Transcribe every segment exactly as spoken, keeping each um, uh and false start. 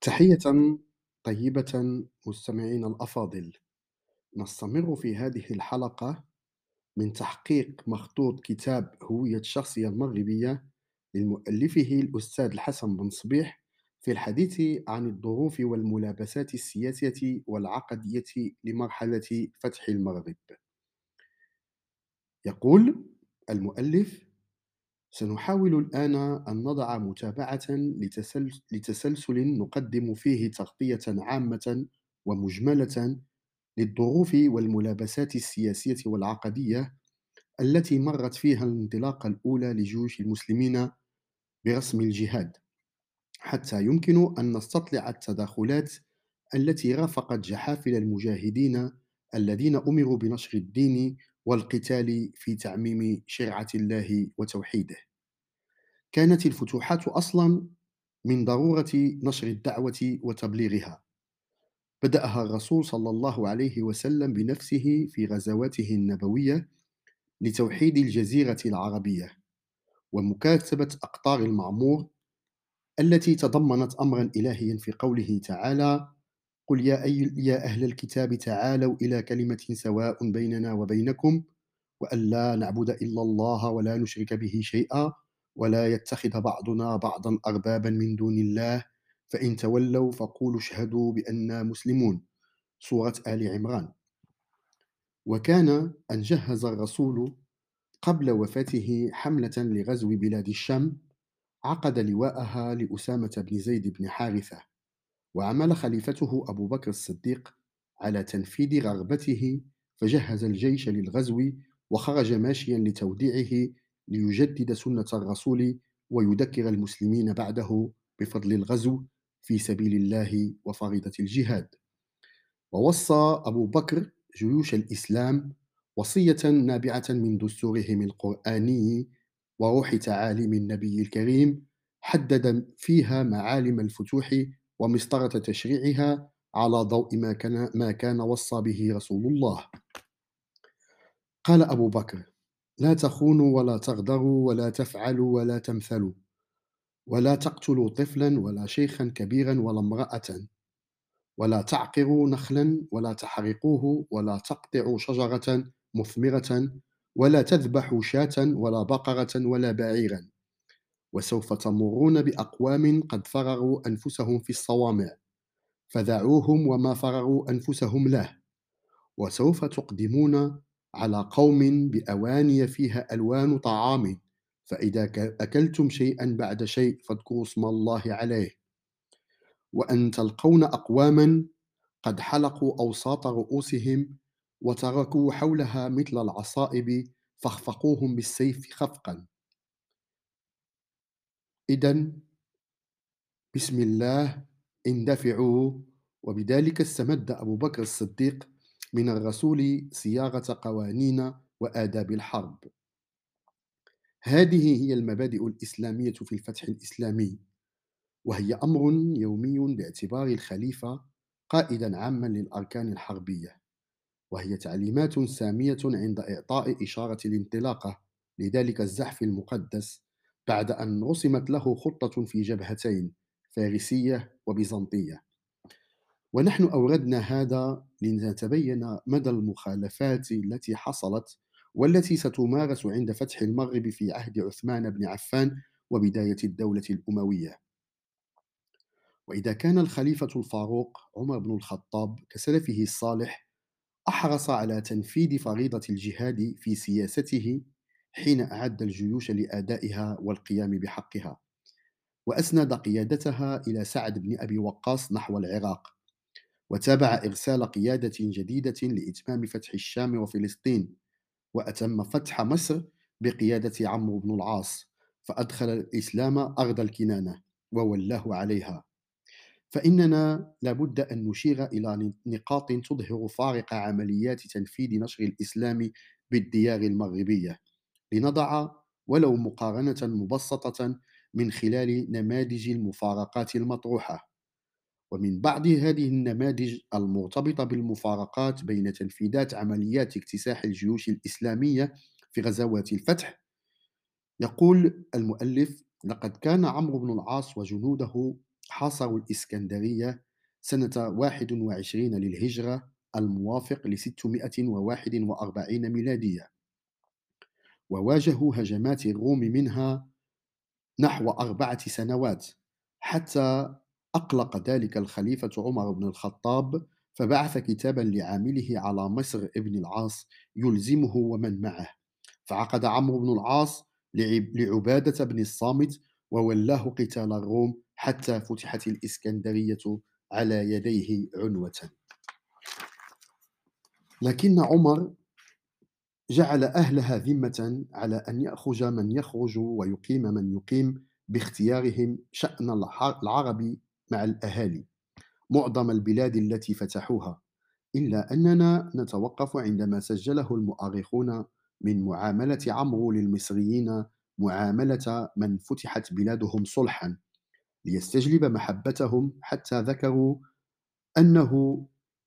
تحية طيبة مستمعينا الأفاضل. نستمر في هذه الحلقة من تحقيق مخطوط كتاب هوية الشخصية المغربية لمؤلفه الأستاذ الحسن بن صبيح في الحديث عن الظروف والملابسات السياسية والعقدية لمرحلة فتح المغرب. يقول المؤلف: سنحاول الآن أن نضع متابعة لتسلس- لتسلسل نقدم فيه تغطية عامة ومجملة للظروف والملابسات السياسية والعقدية التي مرت فيها الانطلاقة الأولى لجيوش المسلمين برسم الجهاد، حتى يمكن أن نستطلع التداخلات التي رافقت جحافل المجاهدين الذين أمروا بنشر الدين والقتال في تعميم شرعة الله وتوحيده. كانت الفتوحات أصلا من ضرورة نشر الدعوة وتبليغها. بدأها الرسول صلى الله عليه وسلم بنفسه في غزواته النبوية لتوحيد الجزيرة العربية ومكاتبة أقطار المعمور التي تضمنت أمرا إلهيا في قوله تعالى: قل يا, أي يا أهل الكتاب تعالوا إلى كلمة سواء بيننا وبينكم وأن لا نعبد إلا الله ولا نشرك به شيئا ولا يتخذ بعضنا بعضا أربابا من دون الله فإن تولوا فقولوا اشهدوا بأننا مسلمون. سورة آل عمران. وكان أن جهز الرسول قبل وفاته حملة لغزو بلاد الشام، عقد لواءها لأسامة بن زيد بن حارثة، وعمل خليفته أبو بكر الصديق على تنفيذ رغبته، فجهز الجيش للغزو وخرج ماشيا لتوديعه ليجدد سنة الرسول ويذكر المسلمين بعده بفضل الغزو في سبيل الله وفريضة الجهاد. ووصى أبو بكر جيوش الإسلام وصية نابعة من دستورهم القرآني وروح تعاليم النبي الكريم، حدد فيها معالم الفتوح ومسطرة تشريعها على ضوء ما كان, ما كان وصى به رسول الله. قال أبو بكر: لا تخونوا ولا تغدروا ولا تفعلوا ولا تمثلوا، ولا تقتلوا طفلا ولا شيخا كبيرا ولا امرأة، ولا تعقروا نخلا ولا تحرقوه، ولا تقطعوا شجرة مثمرة، ولا تذبحوا شاة ولا بقرة ولا بعيرا، وسوف تمرون بأقوام قد فرغوا أنفسهم في الصوامع فدعوهم وما فرغوا أنفسهم له، وسوف تقدمون على قوم بأواني فيها ألوان طعام، فإذا ك- أكلتم شيئا بعد شيء فاذكروا اسم الله عليه، وأن تلقون أقواما قد حلقوا أوساط رؤوسهم وتركوا حولها مثل العصائب فاخفقوهم بالسيف خفقا. إذا بسم الله اندفعوا. وبذلك استمد أبو بكر الصديق من الرسول صياغة قوانين وآداب الحرب. هذه هي المبادئ الإسلامية في الفتح الإسلامي، وهي أمر يومي باعتبار الخليفة قائدا عاما للأركان الحربية، وهي تعليمات سامية عند إعطاء إشارة الانطلاقة لذلك الزحف المقدس، بعد أن رسمت له خطة في جبهتين: فارسية وبيزنطية. ونحن أوردنا هذا لنتبين مدى المخالفات التي حصلت والتي ستمارس عند فتح المغرب في عهد عثمان بن عفان وبداية الدولة الأموية. وإذا كان الخليفة الفاروق عمر بن الخطاب كسلفه الصالح أحرص على تنفيذ فريضة الجهاد في سياسته حين أعد الجيوش لأدائها والقيام بحقها، وأسند قيادتها إلى سعد بن أبي وقاص نحو العراق، وتابع إرسال قيادة جديدة لإتمام فتح الشام وفلسطين، وأتم فتح مصر بقيادة عمرو بن العاص، فأدخل الإسلام أرض الكنانة وولاه عليها. فإننا لابد أن نشير إلى نقاط تظهر فارق عمليات تنفيذ نشر الإسلام بالديار المغربية، لنضع ولو مقارنة مبسطة من خلال نماذج المفارقات المطروحة. ومن بعض هذه النماذج المرتبطة بالمفارقات بين تنفيذات عمليات اكتساح الجيوش الإسلامية في غزوات الفتح، يقول المؤلف: لقد كان عمرو بن العاص وجنوده حاصروا الإسكندرية سنة واحد وعشرين للهجرة الموافق ل ستمائة وواحد وأربعين ميلادية، وواجهوا هجمات الروم منها نحو أربعة سنوات، حتى أقلق ذلك الخليفة عمر بن الخطاب، فبعث كتابا لعامله على مصر ابن العاص يلزمه ومن معه، فعقد عمرو بن العاص لعب- لعبادة بن الصامت وولاه قتال الروم حتى فتحت الإسكندرية على يديه عنوة. لكن عمر جعل أهلها ذمة على أن يخرج من يخرج ويقيم من يقيم باختيارهم شأن الح- العرب مع الأهالي معظم البلاد التي فتحوها، إلا أننا نتوقف عندما سجله المؤرخون من معاملة عمرو للمصريين معاملة من فتحت بلادهم صلحا ليستجلب محبتهم، حتى ذكروا أنه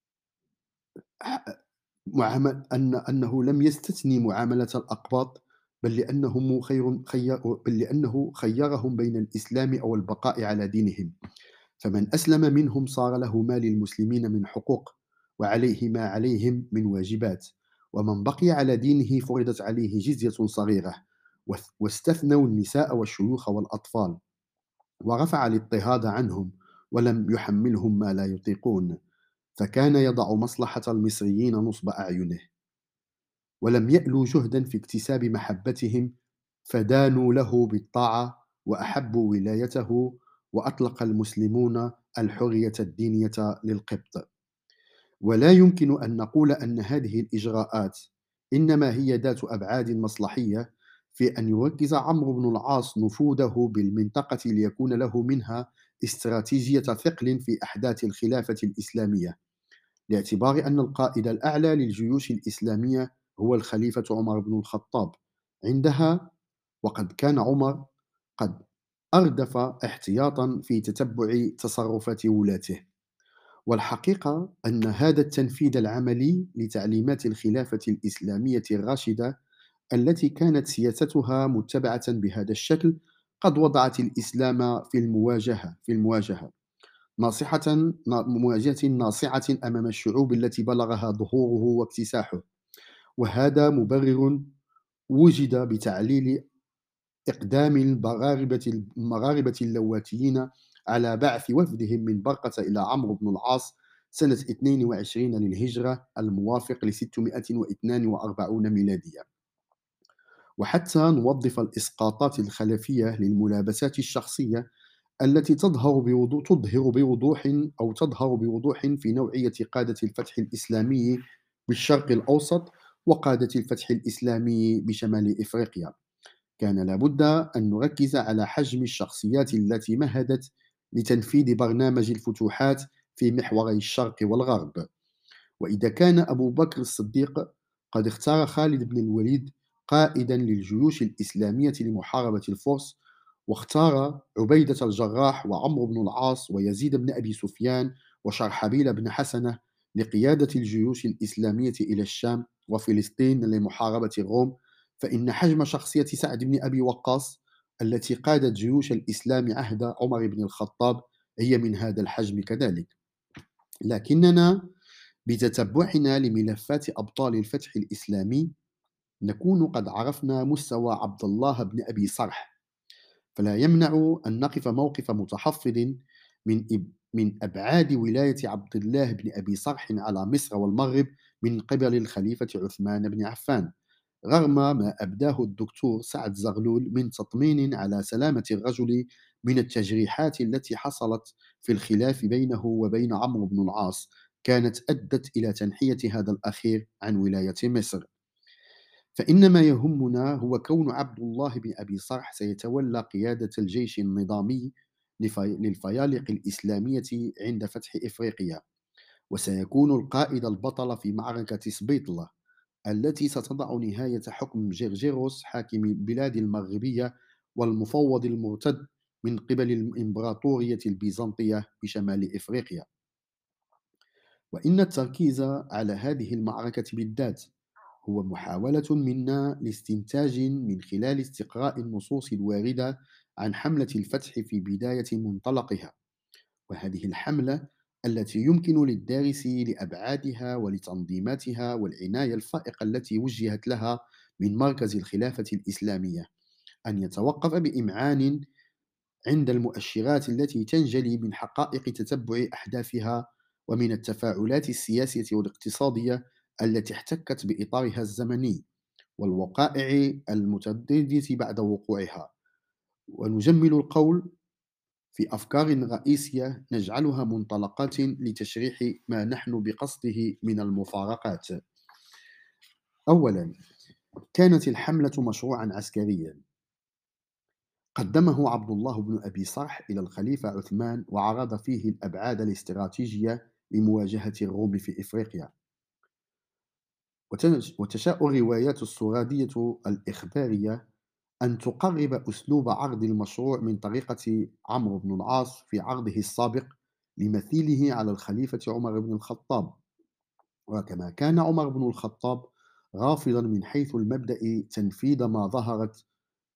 معامل أن أنه لم يستثني معاملة الأقباط، بل لأنهم خير خير بل لأنه خيّرهم بين الإسلام أو البقاء على دينهم، فمن أسلم منهم صار له ما للمسلمين من حقوق، وعليه ما عليهم من واجبات، ومن بقي على دينه فرضت عليه جزية صغيرة، واث واستثنوا النساء والشيوخ والأطفال، ورفع الاضطهاد عنهم، ولم يحملهم ما لا يطيقون، فكان يضع مصلحة المصريين نصب أعينه. ولم يألوا جهدا في اكتساب محبتهم، فدانوا له بالطاعة وأحبوا ولايته، وأطلق المسلمون الحرية الدينية للقبط. ولا يمكن أن نقول أن هذه الإجراءات إنما هي ذات أبعاد مصلحية في أن يركز عمرو بن العاص نفوذه بالمنطقة ليكون له منها استراتيجية ثقل في أحداث الخلافة الإسلامية، لاعتبار أن القائد الأعلى للجيوش الإسلامية هو الخليفة عمر بن الخطاب عندها، وقد كان عمر قد أردف احتياطا في تتبع تصرفات ولاته. والحقيقة أن هذا التنفيذ العملي لتعليمات الخلافة الإسلامية الراشدة التي كانت سياستها متبعة بهذا الشكل قد وضعت الإسلام في المواجهة في المواجهة ناصحة مواجهة ناصعة أمام الشعوب التي بلغها ظهوره واكتساحه، وهذا مبرر وجد بتعليل إقدام المغاربة المغاربة اللواتيين على بعث وفدهم من برقة إلى عمرو بن العاص سنة اثنين وعشرين للهجرة الموافق ل ستمائة واثنين وأربعين ميلادية، وحتى نوظف الإسقاطات الخلفية للملابسات الشخصية التي تظهر بوضوح تظهر بوضوح أو تظهر بوضوح في نوعية قادة الفتح الإسلامي بالشرق الأوسط وقادة الفتح الإسلامي بشمال إفريقيا. كان لابد أن نركز على حجم الشخصيات التي مهدت لتنفيذ برنامج الفتوحات في محوري الشرق والغرب. وإذا كان أبو بكر الصديق قد اختار خالد بن الوليد قائدا للجيوش الإسلامية لمحاربة الفرس، واختار عبيدة الجراح وعمرو بن العاص ويزيد بن أبي سفيان وشرحبيل بن حسنة لقيادة الجيوش الإسلامية إلى الشام وفلسطين لمحاربة الروم، فإن حجم شخصية سعد بن أبي وقاص التي قادت جيوش الإسلام عهد عمر بن الخطاب هي من هذا الحجم كذلك. لكننا بتتبعنا لملفات أبطال الفتح الإسلامي نكون قد عرفنا مستوى عبد الله بن أبي صرح، فلا يمنع أن نقف موقف متحفظ من إب من أبعاد ولاية عبد الله بن أبي صرح على مصر والمغرب من قبل الخليفة عثمان بن عفان، رغم ما أبداه الدكتور سعد زغلول من تطمين على سلامة الرجل من التجريحات التي حصلت في الخلاف بينه وبين عمرو بن العاص، كانت أدت إلى تنحية هذا الأخير عن ولاية مصر. فإن ما يهمنا هو كون عبد الله بن أبي صرح سيتولى قيادة الجيش النظامي لفي- للفيالق الإسلامية عند فتح إفريقيا، وسيكون القائد البطل في معركة سبيطلة التي ستضع نهاية حكم جرجيروس حاكم البلاد المغربية والمفوض المرتد من قبل الإمبراطورية البيزنطية بشمال إفريقيا. وإن التركيز على هذه المعركة بالذات هو محاولة منا لاستنتاج من خلال استقراء النصوص الواردة عن حملة الفتح في بداية منطلقها، وهذه الحملة التي يمكن للدارس لأبعادها ولتنظيماتها والعناية الفائقة التي وجهت لها من مركز الخلافة الإسلامية أن يتوقف بإمعان عند المؤشرات التي تنجلي من حقائق تتبع أحداثها ومن التفاعلات السياسية والاقتصادية التي احتكت بإطارها الزمني والوقائع المتعددة بعد وقوعها، ونجمل القول في أفكار رئيسية نجعلها منطلقات لتشريح ما نحن بقصده من المفارقات. أولا، كانت الحملة مشروعا عسكريا قدمه عبد الله بن أبي صرح إلى الخليفة عثمان وعرض فيه الأبعاد الاستراتيجية لمواجهة الروم في إفريقيا. وتنش- وتشاء الروايات السرادية الإخبارية أن تقرب أسلوب عرض المشروع من طريقة عمرو بن العاص في عرضه السابق لمثيله على الخليفة عمر بن الخطاب. وكما كان عمر بن الخطاب رافضا من حيث المبدأ تنفيذ ما ظهرت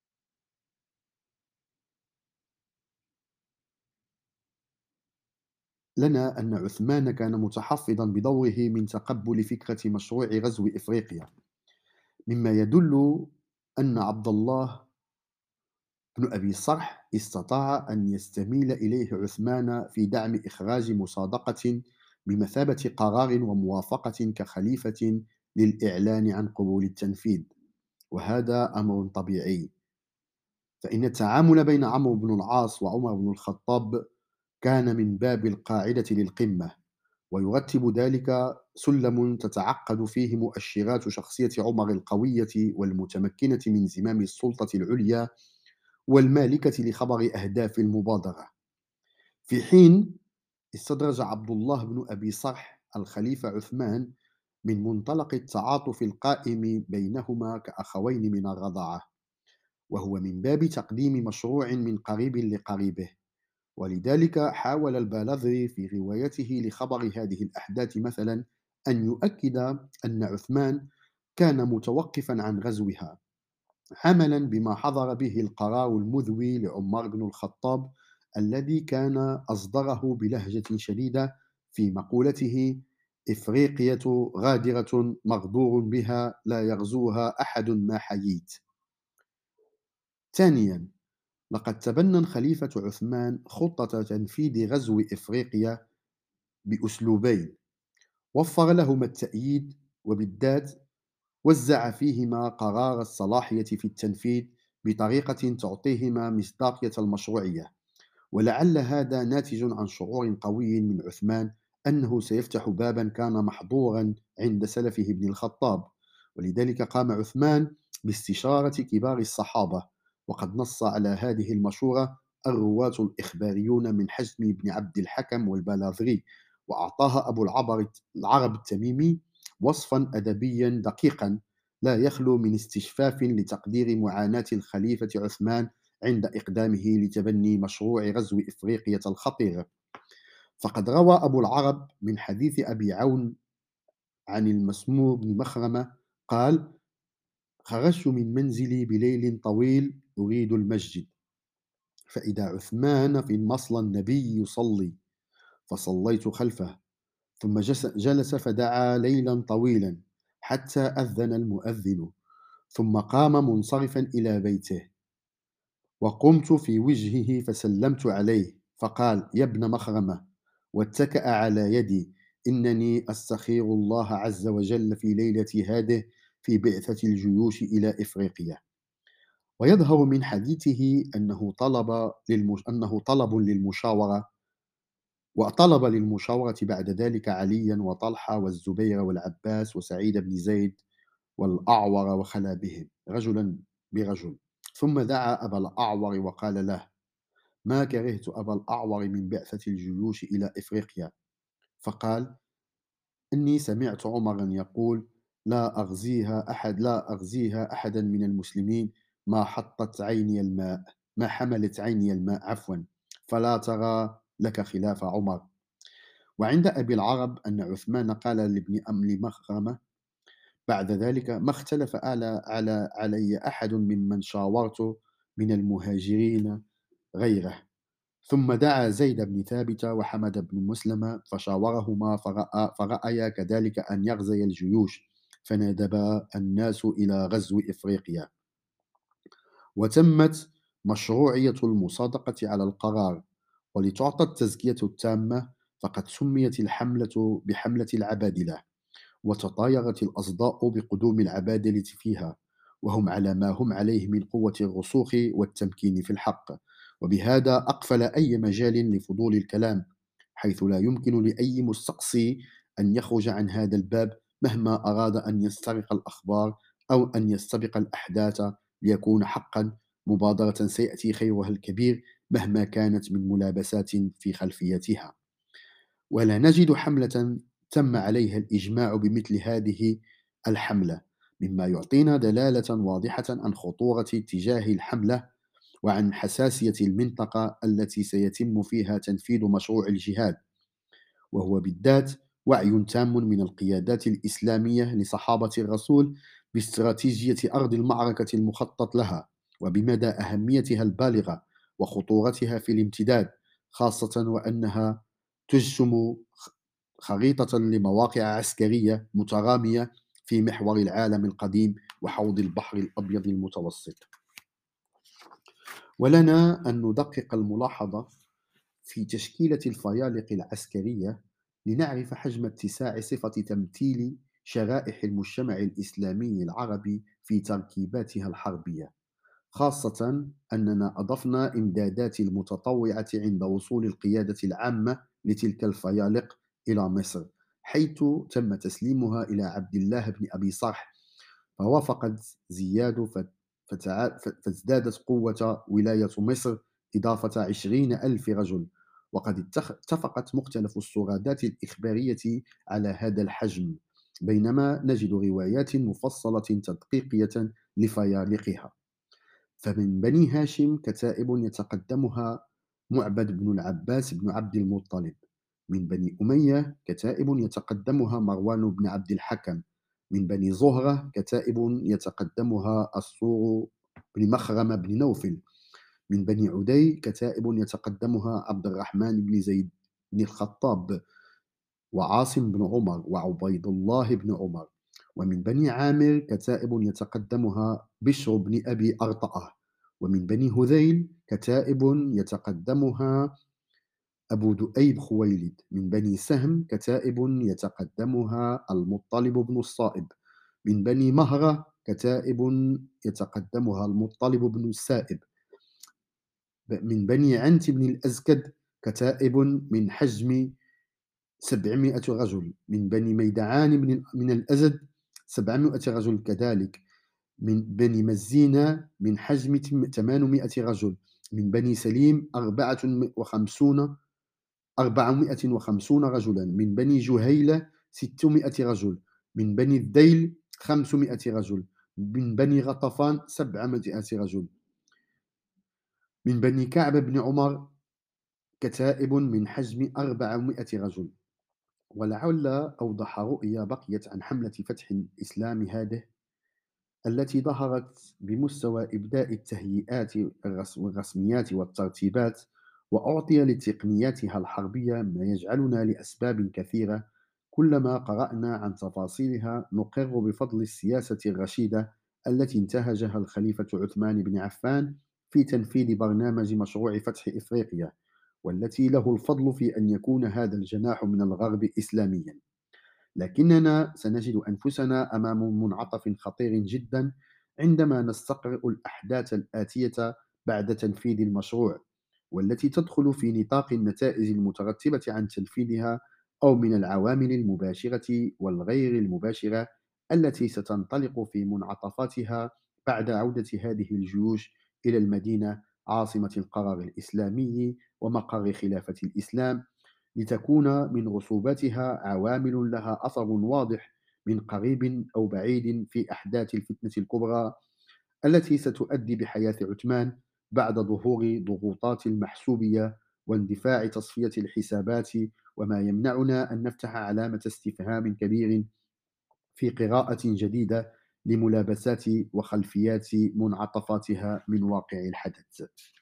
لنا أن عثمان كان متحفظا بدوره من تقبل فكرة مشروع غزو إفريقيا، مما يدل أن عبد الله بن أبي صرح استطاع أن يستميل إليه عثمان في دعم إخراج مصادقة بمثابة قرار وموافقة كخليفة للإعلان عن قبول التنفيذ. وهذا أمر طبيعي، فإن التعامل بين عمرو بن العاص وعمر بن الخطاب كان من باب القاعدة للقمة، ويرتب ذلك سلم تتعقد فيه مؤشرات شخصية عمر القوية والمتمكنة من زمام السلطة العليا والمالكة لخبر أهداف المبادرة. في حين استدرج عبد الله بن أبي صرح الخليفة عثمان من منطلق التعاطف القائم بينهما كأخوين من الرضاعة، وهو من باب تقديم مشروع من قريب لقريبه. ولذلك حاول البالذري في روايته لخبر هذه الأحداث مثلا أن يؤكد أن عثمان كان متوقفا عن غزوها، عملا بما حضر به القرار المذوي لعمر بن الخطاب الذي كان أصدره بلهجة شديدة في مقولته: إفريقية غادرة مغدور بها لا يغزوها أحد ما حييت. ثانيا، لقد تبنى الخليفة عثمان خطة تنفيذ غزو إفريقيا بأسلوبين وفر لهما التأييد، وبالذات وزع فيهما قرار الصلاحية في التنفيذ بطريقة تعطيهما مصداقية المشروعية. ولعل هذا ناتج عن شعور قوي من عثمان أنه سيفتح بابا كان محظورا عند سلفه ابن الخطاب. ولذلك قام عثمان باستشارة كبار الصحابة، وقد نص على هذه المشورة الرواة الإخباريون من حزم بن عبد الحكم والبلاذري، وأعطاها أبو العبر العرب التميمي وصفا أدبيا دقيقا لا يخلو من استشفاف لتقدير معاناة الخليفة عثمان عند إقدامه لتبني مشروع غزو إفريقية الخطير. فقد روى أبو العرب من حديث أبي عون عن المسمور بن مخرمة قال: خرجت من منزلي بليل طويل أريد المسجد، فإذا عثمان في المصلى النبي يصلي، فصليت خلفه، ثم جس- جلس فدعا ليلا طويلا حتى أذن المؤذن، ثم قام منصرفا إلى بيته، وقمت في وجهه فسلمت عليه فقال: يا ابن مخرمة، واتكأ على يدي: إنني أستخير الله عز وجل في ليلة هذه في بعثة الجيوش إلى إفريقيا. ويظهر من حديثه أنه طلب للمش... أنه طلب للمشاورة، وطلب للمشاورة بعد ذلك عليا وطلحة والزبير والعباس وسعيد بن زيد والأعور، وخلا بهم رجلا برجل، ثم دعا أبا الأعور وقال له: ما كرهت أبا الأعور من بعثة الجيوش إلى إفريقيا. فقال: إني سمعت عمرا يقول: لا أغزيها أحد لا أغزيها أحدا من المسلمين ما حطت عيني الماء ما حملت عيني الماء عفوا، فلا ترى لك خلاف عمر. وعند أبي العرب أن عثمان قال لابن أم مخرمة بعد ذلك: ما اختلف على على علي أحد ممن شاورته من المهاجرين غيره، ثم دعا زيد بن ثابت وحمد بن مسلم فشاورهما فرأى فرأيا كذلك أن يغزيا الجيوش، فندب الناس إلى غزو إفريقيا. وتمت مشروعية المصادقة على القرار. ولتعطى التزكية التامة، فقد سميت الحملة بحملة العبادلة، وتطايرت الأصداء بقدوم العبادلة فيها، وهم على ما هم عليه من قوة الرسوخ والتمكين في الحق. وبهذا أقفل أي مجال لفضول الكلام، حيث لا يمكن لأي مستقصي أن يخرج عن هذا الباب مهما أراد أن يسترق الأخبار أو أن يستبق الأحداث ليكون حقا مبادرة سيأتي خيرها الكبير مهما كانت من ملابسات في خلفيتها. ولا نجد حملة تم عليها الإجماع بمثل هذه الحملة، مما يعطينا دلالة واضحة عن خطورة اتجاه الحملة وعن حساسية المنطقة التي سيتم فيها تنفيذ مشروع الجهاد، وهو بالذات وعي تام من القيادات الإسلامية لصحابة الرسول باستراتيجية أرض المعركة المخطط لها، وبمدى أهميتها البالغة وخطورتها في الامتداد، خاصة وأنها تجسم خريطة لمواقع عسكرية مترامية في محور العالم القديم وحوض البحر الأبيض المتوسط. ولنا أن ندقق الملاحظة في تشكيلة الفيالق العسكرية لنعرف حجم اتساع صفة تمثيل شرائح المجتمع الإسلامي العربي في تركيباتها الحربية، خاصة أننا أضفنا إمدادات المتطوعة عند وصول القيادة العامة لتلك الفيالق إلى مصر، حيث تم تسليمها إلى عبد الله بن أبي صرح، فوافقت زياد فت- فتع- ف- فازدادت قوة ولاية مصر إضافة عشرين ألف رجل. وقد اتخ- اتفقت مختلف السرادات الإخبارية على هذا الحجم، بينما نجد روايات مفصلة تدقيقية لفيالقها. فمن بني هاشم كتائب يتقدمها معبد بن العباس بن عبد المطلب. من بني أمية كتائب يتقدمها مروان بن عبد الحكم. من بني زهرة كتائب يتقدمها الصور بن مخرمة بن نوفل. من بني عدي كتائب يتقدمها عبد الرحمن بن زيد بن الخطاب وعاصم بن عمر وعبيد الله بن عمر. ومن بني عامر كتائب يتقدمها بشر بن أبي أرطأة. ومن بني هذيل كتائب يتقدمها أبو دؤيب خويلد. من بني سهم كتائب يتقدمها المطلب بن الصائب. من بني مهرة كتائب يتقدمها المطلب بن السائب. من بني عنت بن الأزكد كتائب من حجم سبعمائة رجل. من بني ميدعان من من الأزد سبعمائة رجل كذلك. من بني مزينة من حجم تم- ثمانمائة رجل. من بني سليم أربعة وخمسون أربعمائة وخمسون رجلا. من بني جهيلة ستمائة رجل. من بني الذيل خمسمائة رجل. من بني غطفان سبعمائة رجل. من بني كعب بن عمر كتائب من حجم أربعمائة رجل. ولعل أوضح رؤية بقيت عن حملة فتح الإسلام هذه، التي ظهرت بمستوى إبداء التهيئات الرس- والرسميات والترتيبات، وأعطي لتقنياتها الحربية ما يجعلنا لأسباب كثيرة كلما قرأنا عن تفاصيلها نقر بفضل السياسة الرشيدة التي انتهجها الخليفة عثمان بن عفان في تنفيذ برنامج مشروع فتح إفريقيا، والتي له الفضل في أن يكون هذا الجناح من الغرب إسلاميا. لكننا سنجد أنفسنا أمام منعطف خطير جدا عندما نستقرئ الأحداث الآتية بعد تنفيذ المشروع، والتي تدخل في نطاق النتائج المترتبة عن تنفيذها، أو من العوامل المباشرة والغير المباشرة التي ستنطلق في منعطفاتها بعد عودة هذه الجيوش إلى المدينة عاصمة القرار الإسلامي ومقر خلافة الإسلام، لتكون من رسوباتها عوامل لها أثر واضح من قريب أو بعيد في أحداث الفتنة الكبرى التي ستؤدي بحياة عثمان بعد ظهور ضغوطات المحسوبية واندفاع تصفية الحسابات، وما يمنعنا أن نفتح علامة استفهام كبير في قراءة جديدة لملابسات وخلفيات منعطفاتها من واقع الحدث.